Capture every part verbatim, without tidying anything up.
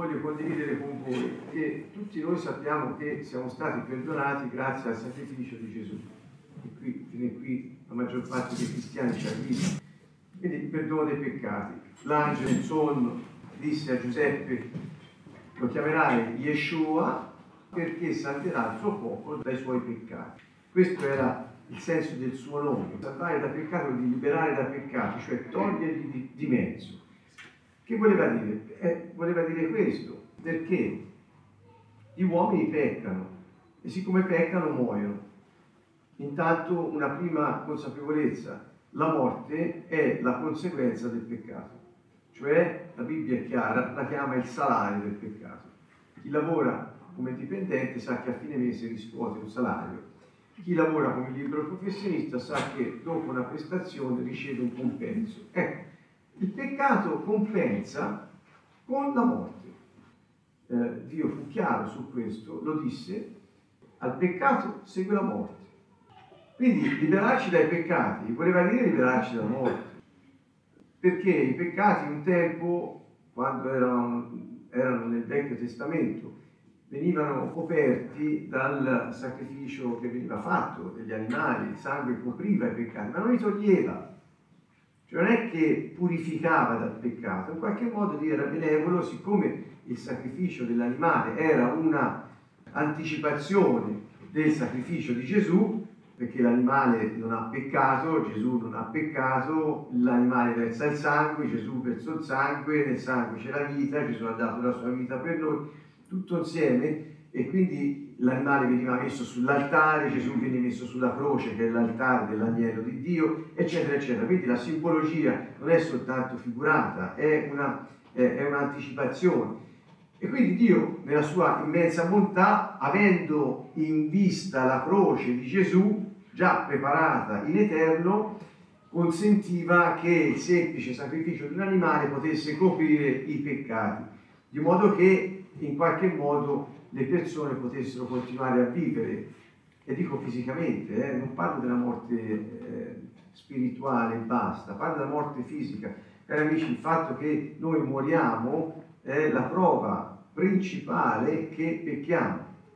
voglio condividere con voi che tutti noi sappiamo che siamo stati perdonati grazie al sacrificio di Gesù. E qui, fino qui la maggior parte dei cristiani ci arriva. Quindi il perdono dei peccati. L'angelo in sonno disse a Giuseppe: lo chiamerai Yeshua perché salverà il suo popolo dai suoi peccati. Questo era il senso del suo nome: salvare da peccato, di liberare da peccati, cioè toglierli di, di mezzo. Che voleva dire? Eh, voleva dire questo, perché gli uomini peccano e siccome peccano muoiono. Intanto una prima consapevolezza: la morte è la conseguenza del peccato, cioè la Bibbia è chiara, la chiama il salario del peccato. Chi lavora come dipendente sa che a fine mese riscuote un salario, chi lavora come libero professionista sa che dopo una prestazione riceve un compenso. Ecco, il peccato compensa con la morte. Eh, Dio fu chiaro su questo, lo disse: al peccato segue la morte. Quindi liberarci dai peccati voleva dire liberarci dalla morte, perché i peccati un tempo, quando erano, erano nel Vecchio Testamento, venivano coperti dal sacrificio che veniva fatto degli animali, il sangue copriva i peccati, ma non li toglieva. Cioè non è che purificava dal peccato, in qualche modo Dio era benevolo, siccome il sacrificio dell'animale era una anticipazione del sacrificio di Gesù, perché l'animale non ha peccato, Gesù non ha peccato, l'animale versa il sangue, Gesù versò il sangue, nel sangue c'è la vita, Gesù ha dato la sua vita per noi, tutto insieme, e quindi l'animale veniva messo sull'altare, Gesù viene messo sulla croce, che è l'altare dell'agnello di Dio, eccetera, eccetera. Quindi la simbologia non è soltanto figurata, è, una, è, è un'anticipazione. E quindi Dio, nella sua immensa bontà, avendo in vista la croce di Gesù, già preparata in eterno, consentiva che il semplice sacrificio di un animale potesse coprire i peccati, di modo che in qualche modo le persone potessero continuare a vivere, e dico fisicamente, eh, non parlo della morte eh, spirituale e basta, parlo della morte fisica. Cari amici, il fatto che noi moriamo è la prova principale che pecchiamo,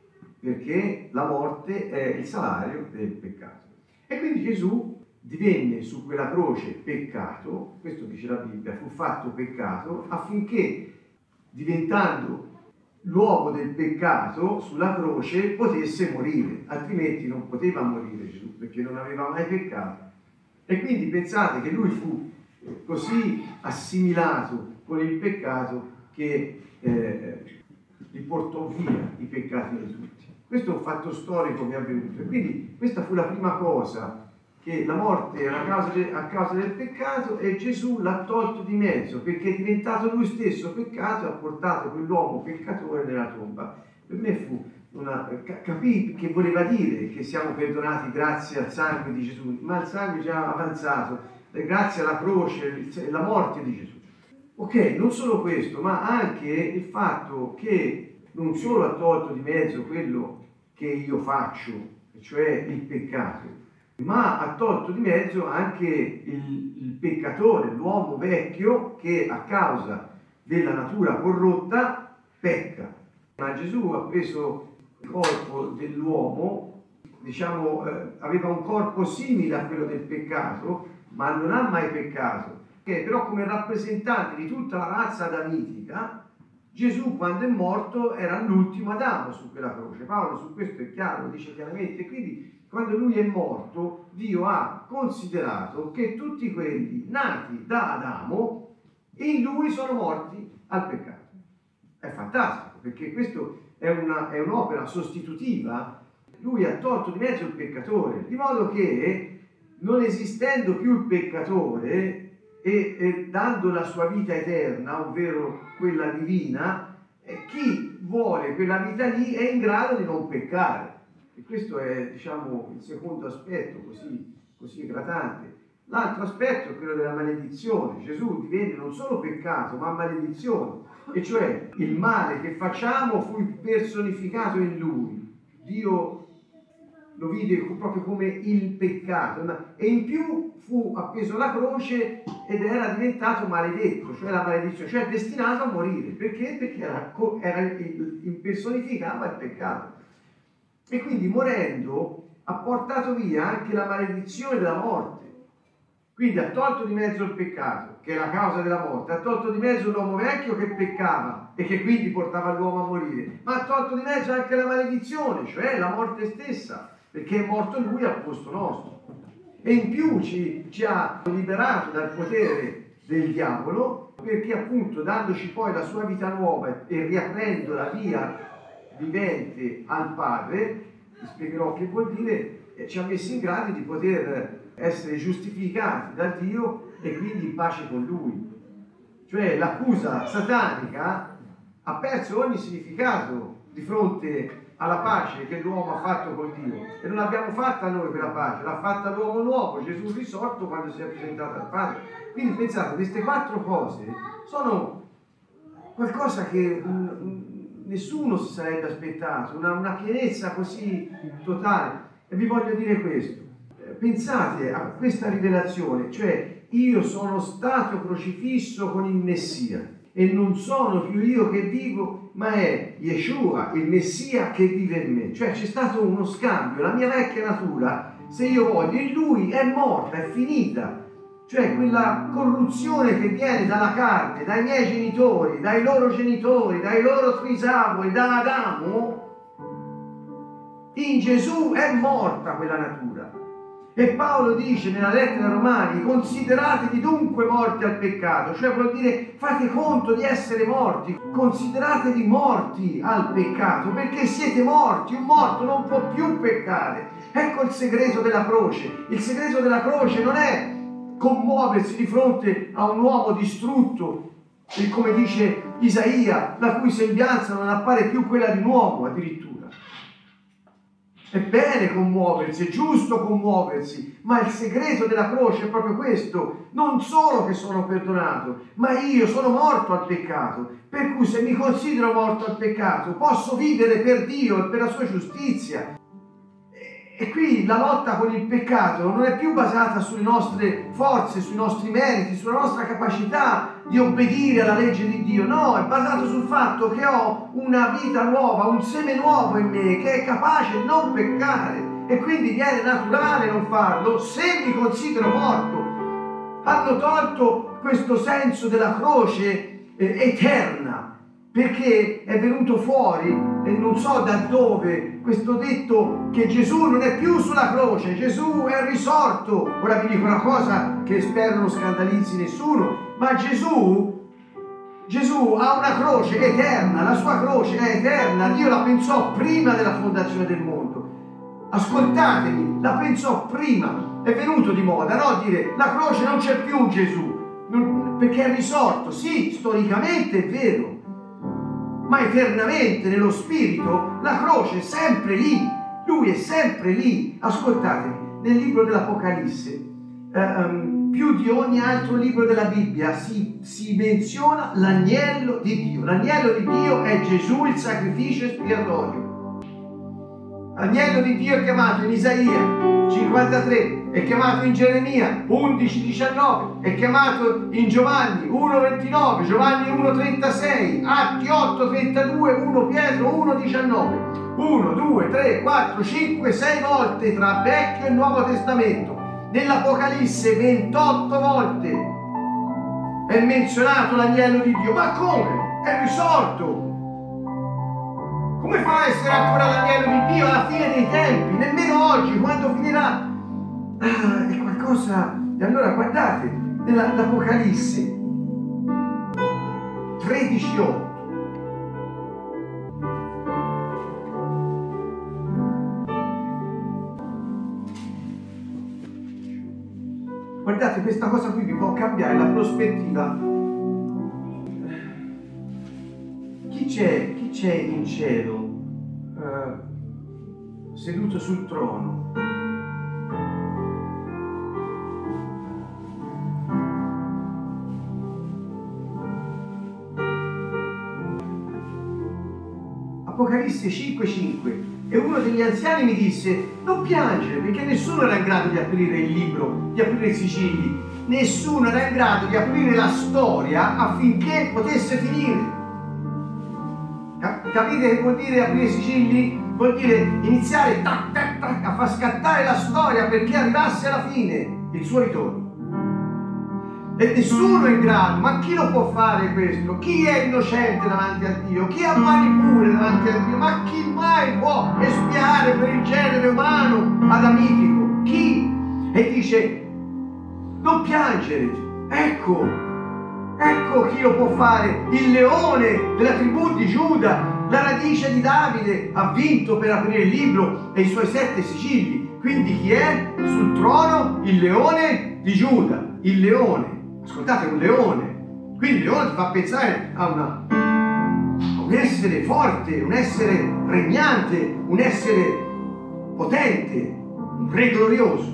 perché la morte è il salario del peccato. E quindi Gesù divenne su quella croce peccato, questo dice la Bibbia, fu fatto peccato affinché, diventando l'uomo del peccato sulla croce, potesse morire, altrimenti non poteva morire Gesù, perché non aveva mai peccato. E quindi pensate che lui fu così assimilato con il peccato che eh, li portò via i peccati di tutti. Questo è un fatto storico che è avvenuto, e quindi questa fu la prima cosa, che la morte era a causa, de, a causa del peccato, e Gesù l'ha tolto di mezzo, perché è diventato lui stesso peccato e ha portato quell'uomo peccatore nella tomba. Per me fu una, capì che voleva dire che siamo perdonati grazie al sangue di Gesù, ma il sangue già avanzato, grazie alla croce, la morte di Gesù. Ok, non solo questo, ma anche il fatto che non solo ha tolto di mezzo quello che io faccio, cioè il peccato, ma ha tolto di mezzo anche il, il peccatore, l'uomo vecchio, che a causa della natura corrotta pecca. Ma Gesù ha preso il corpo dell'uomo, diciamo, eh, aveva un corpo simile a quello del peccato, ma non ha mai peccato. Che però come rappresentante di tutta la razza adamitica, Gesù quando è morto era l'ultimo Adamo su quella croce. Paolo su questo è chiaro, lo dice chiaramente. Quindi quando lui è morto, Dio ha considerato che tutti quelli nati da Adamo in lui sono morti al peccato. È fantastico, perché questo è, una, è un'opera sostitutiva. Lui ha tolto di mezzo il peccatore, di modo che, non esistendo più il peccatore e, e dando la sua vita eterna, ovvero quella divina, eh, chi vuole quella vita lì è in grado di non peccare. E questo è, diciamo, il secondo aspetto così, così eclatante. L'altro aspetto è quello della maledizione. Gesù divenne non solo peccato, ma maledizione. E cioè il male che facciamo fu personificato in lui. Dio lo vide proprio come il peccato, e in più fu appeso alla croce ed era diventato maledetto, cioè la maledizione, cioè destinato a morire. Perché? Perché era, era, impersonificava il peccato. E quindi morendo ha portato via anche la maledizione della morte. Quindi ha tolto di mezzo il peccato, che è la causa della morte, ha tolto di mezzo l'uomo vecchio che peccava e che quindi portava l'uomo a morire, ma ha tolto di mezzo anche la maledizione, cioè la morte stessa, perché è morto lui al posto nostro. E in più ci, ci ha liberato dal potere del diavolo, perché appunto dandoci poi la sua vita nuova e riaprendo la via vivente al Padre, vi spiegherò che vuol dire, eh, ci ha messi in grado di poter essere giustificati da Dio e quindi in pace con Lui. Cioè l'accusa satanica ha perso ogni significato di fronte alla pace che l'uomo ha fatto con Dio, e non l'abbiamo fatta noi quella pace, l'ha fatta l'uomo nuovo, Gesù risorto, quando si è presentato al Padre. Quindi pensate, queste quattro cose sono qualcosa che mh, nessuno si sarebbe aspettato, una, una pienezza così totale. E vi voglio dire questo: pensate a questa rivelazione, cioè io sono stato crocifisso con il Messia e non sono più io che vivo, ma è Yeshua, il Messia, che vive in me. Cioè c'è stato uno scambio, la mia vecchia natura, se io voglio, in lui è morta, è finita. Cioè quella corruzione che viene dalla carne, dai miei genitori, dai loro genitori, dai loro trisavoli, da Adamo, in Gesù è morta quella natura. E Paolo dice nella lettera ai Romani: consideratevi dunque morti al peccato, cioè vuol dire fate conto di essere morti, consideratevi morti al peccato, perché siete morti, un morto non può più peccare. Ecco il segreto della croce. Il segreto della croce non è commuoversi di fronte a un uomo distrutto, e come dice Isaia, la cui sembianza non appare più quella di un uomo addirittura. È bene commuoversi, è giusto commuoversi, ma il segreto della croce è proprio questo: non solo che sono perdonato, ma io sono morto al peccato, per cui se mi considero morto al peccato posso vivere per Dio e per la sua giustizia. E qui la lotta con il peccato non è più basata sulle nostre forze, sui nostri meriti, sulla nostra capacità di obbedire alla legge di Dio. No, è basato sul fatto che ho una vita nuova, un seme nuovo in me che è capace di non peccare, e quindi viene naturale non farlo se mi considero morto. Hanno tolto questo senso della croce eh, eterna, perché è venuto fuori, e non so da dove, questo detto che Gesù non è più sulla croce, Gesù è risorto. Ora vi dico una cosa che spero non scandalizzi nessuno, ma Gesù, Gesù ha una croce eterna, la sua croce è eterna. Dio la pensò prima della fondazione del mondo. Ascoltatemi, la pensò prima. È venuto di moda, no? Dire la croce non c'è più Gesù, non, perché è risorto. Sì, storicamente è vero, ma eternamente nello spirito la croce è sempre lì, lui è sempre lì. Ascoltatemi, nel libro dell'Apocalisse, eh, um, più di ogni altro libro della Bibbia, si, si menziona l'agnello di Dio. L'agnello di Dio è Gesù, il sacrificio espiatorio. L'agnello di Dio è chiamato in Isaia cinquantatré, è chiamato in Geremia undici diciannove, è chiamato in Giovanni uno ventinove, Giovanni uno trentasei, Atti otto trentadue, primo Pietro uno diciannove, uno, due, tre, quattro, cinque, sei volte tra Vecchio e Nuovo Testamento. Nell'Apocalisse ventotto volte è menzionato l'agnello di Dio. Ma come? È risorto! Come fa a essere ancora l'agnello di Dio alla fine dei tempi? Nemmeno oggi, quando finirà. Ah, è qualcosa. E allora guardate, nell'Apocalisse tredici otto. Guardate, questa cosa qui vi può cambiare la prospettiva. Chi c'è, chi c'è in cielo, eh, seduto sul trono? Apocalisse cinque cinque. E uno degli anziani mi disse: non piangere, perché nessuno era in grado di aprire il libro, di aprire i sigilli. Nessuno era in grado di aprire la storia affinché potesse finire. Capite che vuol dire aprire i sigilli? Vuol dire iniziare tac, tac, tac, a far scattare la storia perché arrivasse alla fine il suo ritorno. E nessuno è in grado, ma chi lo può fare questo? Chi è innocente davanti a Dio? Chi ha mani pure davanti a Dio? Ma chi mai può espiare per il genere umano adamitico? Chi? E dice: non piangere, ecco, ecco chi lo può fare, il leone della tribù di Giuda, la radice di Davide, ha vinto per aprire il libro e i suoi sette sigilli. Quindi chi è? Sul trono il leone di Giuda, il leone. Ascoltate, un leone. Quindi il leone ti fa pensare a, una, a un essere forte, un essere regnante, un essere potente, un re glorioso.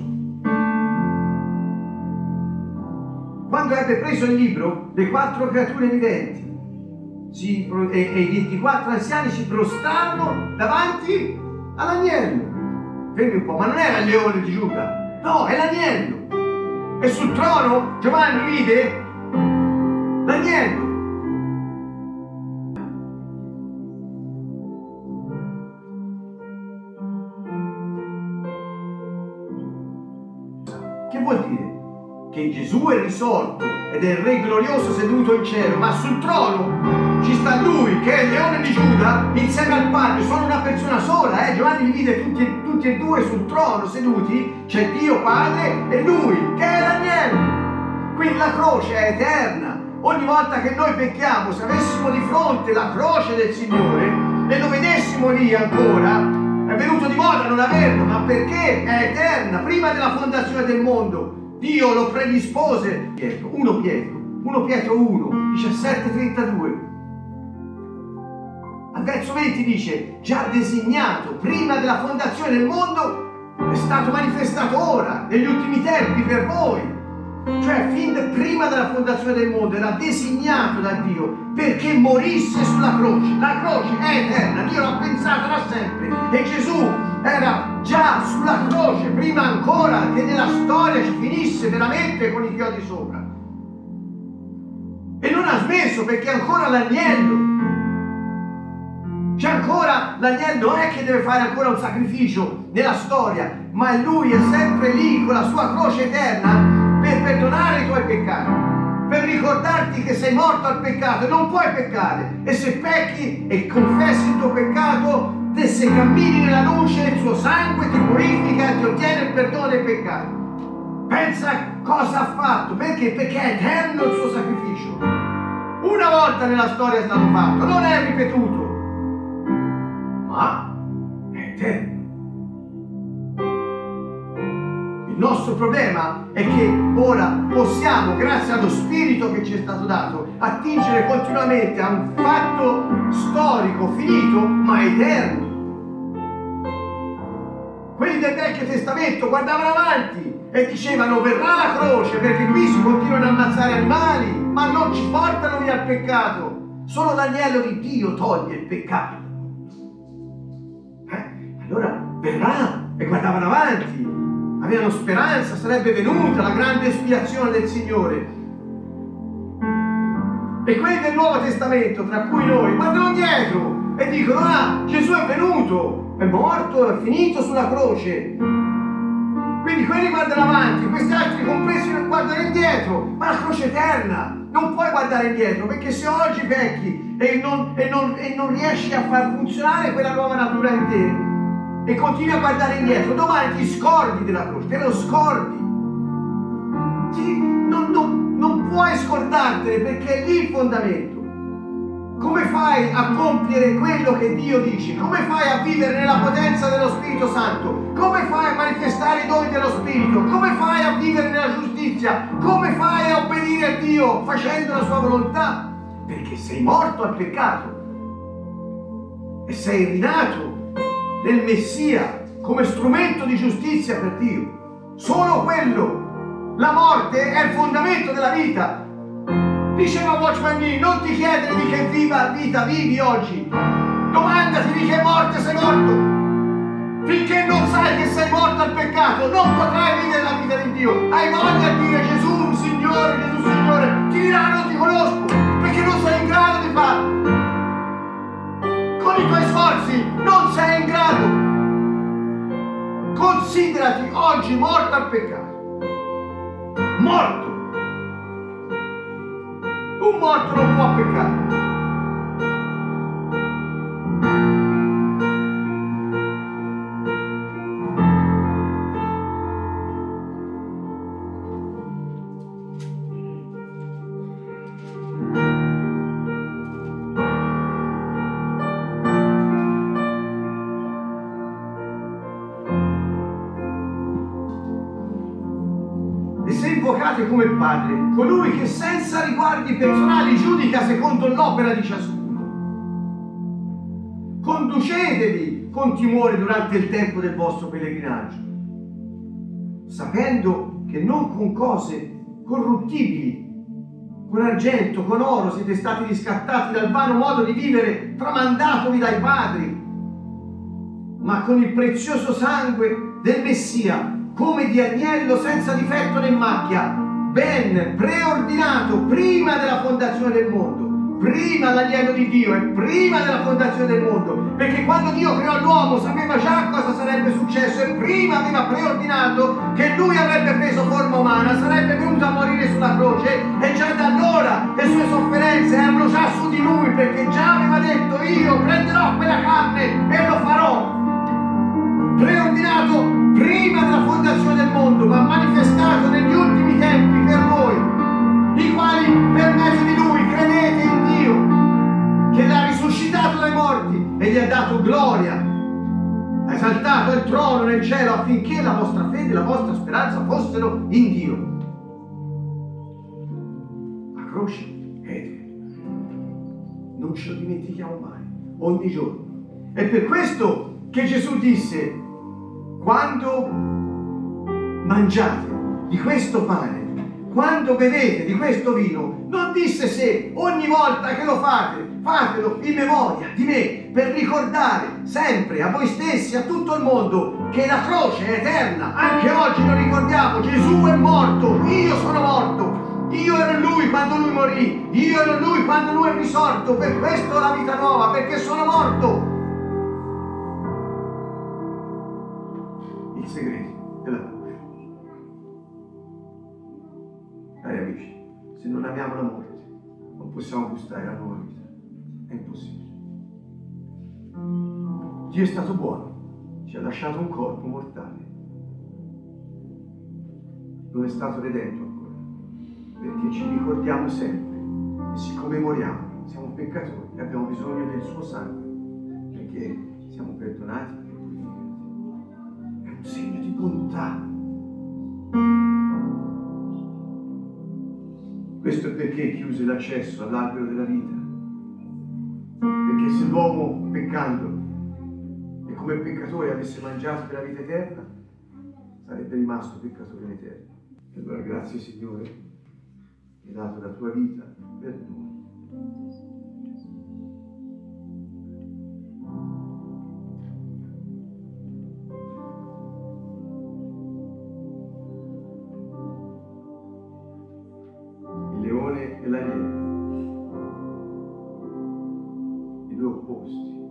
Quando ebbe preso il libro, le quattro creature viventi si, e, e i ventiquattro anziani si prostrarono davanti all'agnello. Fermi un po', ma non era il leone di Giuda, no, è l'agnello. E sul trono Giovanni vide l'agnello. Che vuol dire? Che Gesù è risorto ed è il Re glorioso seduto in cielo, ma sul trono ci sta lui che è il leone di Giuda insieme al Padre. Sono una persona sola, eh? Giovanni li vide tutti, tutti e due sul trono seduti, c'è Dio Padre e lui che è l'agnello. Quindi la croce è eterna. Ogni volta che noi pecchiamo, se avessimo di fronte la croce del Signore e lo vedessimo lì ancora, è venuto di moda non averlo, ma perché è eterna. Prima della fondazione del mondo Dio lo predispose. Pietro, uno Pietro, uno Pietro uno, diciassette trentadue. Al verso venti dice: già designato prima della fondazione del mondo, è stato manifestato ora, negli ultimi tempi per voi. Cioè fin prima della fondazione del mondo era designato da Dio perché morisse sulla croce. La croce è eterna, Dio l'ha pensata da sempre e Gesù era già sulla croce prima ancora che nella storia ci finisse veramente con i chiodi sopra. E non ha smesso perché ancora l'agnello. C'è ancora l'agnello, non è che deve fare ancora un sacrificio nella storia, ma lui è sempre lì con la sua croce eterna per perdonare i tuoi peccati, per ricordarti che sei morto al peccato e non puoi peccare. E se pecchi e confessi il tuo peccato, te se cammini nella luce, il suo sangue ti purifica e ti ottiene il perdono dei peccati. Pensa cosa ha fatto, perché? Perché è eterno il suo sacrificio. Una volta nella storia è stato fatto, non è ripetuto, ma è eterno. Il nostro problema è che ora possiamo, grazie allo Spirito che ci è stato dato, attingere continuamente a un fatto storico finito ma eterno. Quelli del Vecchio Testamento guardavano avanti e dicevano: verrà la croce, perché qui si continuano a ammazzare animali, ma non ci portano via il peccato. Solo l'agnello di Dio toglie il peccato. Eh? Allora verrà, e guardavano avanti. Avevano speranza, sarebbe venuta la grande espiazione del Signore. E quelli del Nuovo Testamento, tra cui noi, guardano dietro e dicono: ah, Gesù è venuto, è morto, è finito sulla croce. Quindi quelli guardano avanti, questi altri compresi guardano indietro, ma la croce è eterna. Non puoi guardare indietro, perché se oggi pecchi e non, e non, e non riesci a far funzionare quella nuova natura in te, e continui a guardare indietro, domani ti scordi della croce, te lo scordi. Sì, non, non, non puoi scordartene, perché è lì il fondamento. Come fai a compiere quello che Dio dice? Come fai a vivere nella potenza dello Spirito Santo? Come fai a manifestare i doni dello Spirito? Come fai a vivere nella giustizia? Come fai a obbedire a Dio facendo la sua volontà? Perché sei morto al peccato e sei rinato nel Messia come strumento di giustizia per Dio. Solo quello. La morte è il fondamento della vita. Diceva Watchman Nee: non ti chiedere di che viva vita vivi oggi, domandati di che morte sei morto. Finché non sai che sei morto al peccato, non potrai vivere la vita di Dio. Hai voglia di dire Gesù, Signore, Gesù, Signore, ti dirà non ti conosco, perché non sei in grado di farlo. Con i tuoi sforzi non sei in grado. Considerati oggi morto al peccato. Morto. Un morto non può peccare. Invocate come Padre colui che senza riguardi personali giudica secondo l'opera di ciascuno. Conducetevi con timore durante il tempo del vostro pellegrinaggio, sapendo che non con cose corruttibili, con argento, con oro siete stati riscattati dal vano modo di vivere tramandatovi dai padri, ma con il prezioso sangue del Messia, come di agnello senza difetto né macchia, ben preordinato prima della fondazione del mondo, prima l'agnello di Dio e prima della fondazione del mondo, perché quando Dio creò l'uomo sapeva già cosa sarebbe successo e prima aveva preordinato che lui avrebbe preso forma umana, sarebbe venuto a morire sulla croce e già da allora le sue sofferenze erano già su di lui, perché già aveva detto io prenderò quella carne e lo farò. Preordinato prima della fondazione del mondo, ma manifestato negli ultimi tempi per voi, i quali per mezzo di lui credete in Dio, che l'ha risuscitato dai morti e gli ha dato gloria, ha esaltato il trono nel cielo affinché la vostra fede e la vostra speranza fossero in Dio. La croce è eterna, non ce lo dimentichiamo mai, ogni giorno. È per questo che Gesù disse: quando mangiate di questo pane, quando bevete di questo vino, non disse se, ogni volta che lo fate, fatelo in memoria di me, per ricordare sempre a voi stessi, a tutto il mondo, che la croce è eterna. Anche oggi lo ricordiamo, Gesù è morto, io sono morto, io ero in lui quando lui morì, io ero in lui quando lui è risorto, per questo ho la vita nuova, perché sono morto. Il segreto della croce. Cari amici, se non amiamo la morte, non possiamo gustare la nuova vita. È impossibile. Dio è stato buono, ci ha lasciato un corpo mortale. Non è stato redento ancora, perché ci ricordiamo sempre e ci commemoriamo. Siamo peccatori e abbiamo bisogno del suo sangue, perché siamo perdonati. Segno di bontà. Questo è perché chiuse l'accesso all'albero della vita, perché se l'uomo peccando e come peccatore avesse mangiato per la vita eterna, sarebbe rimasto peccatore in eterno. E allora grazie Signore, mi hai dato la tua vita per noi. E l'agnello, i due opposti,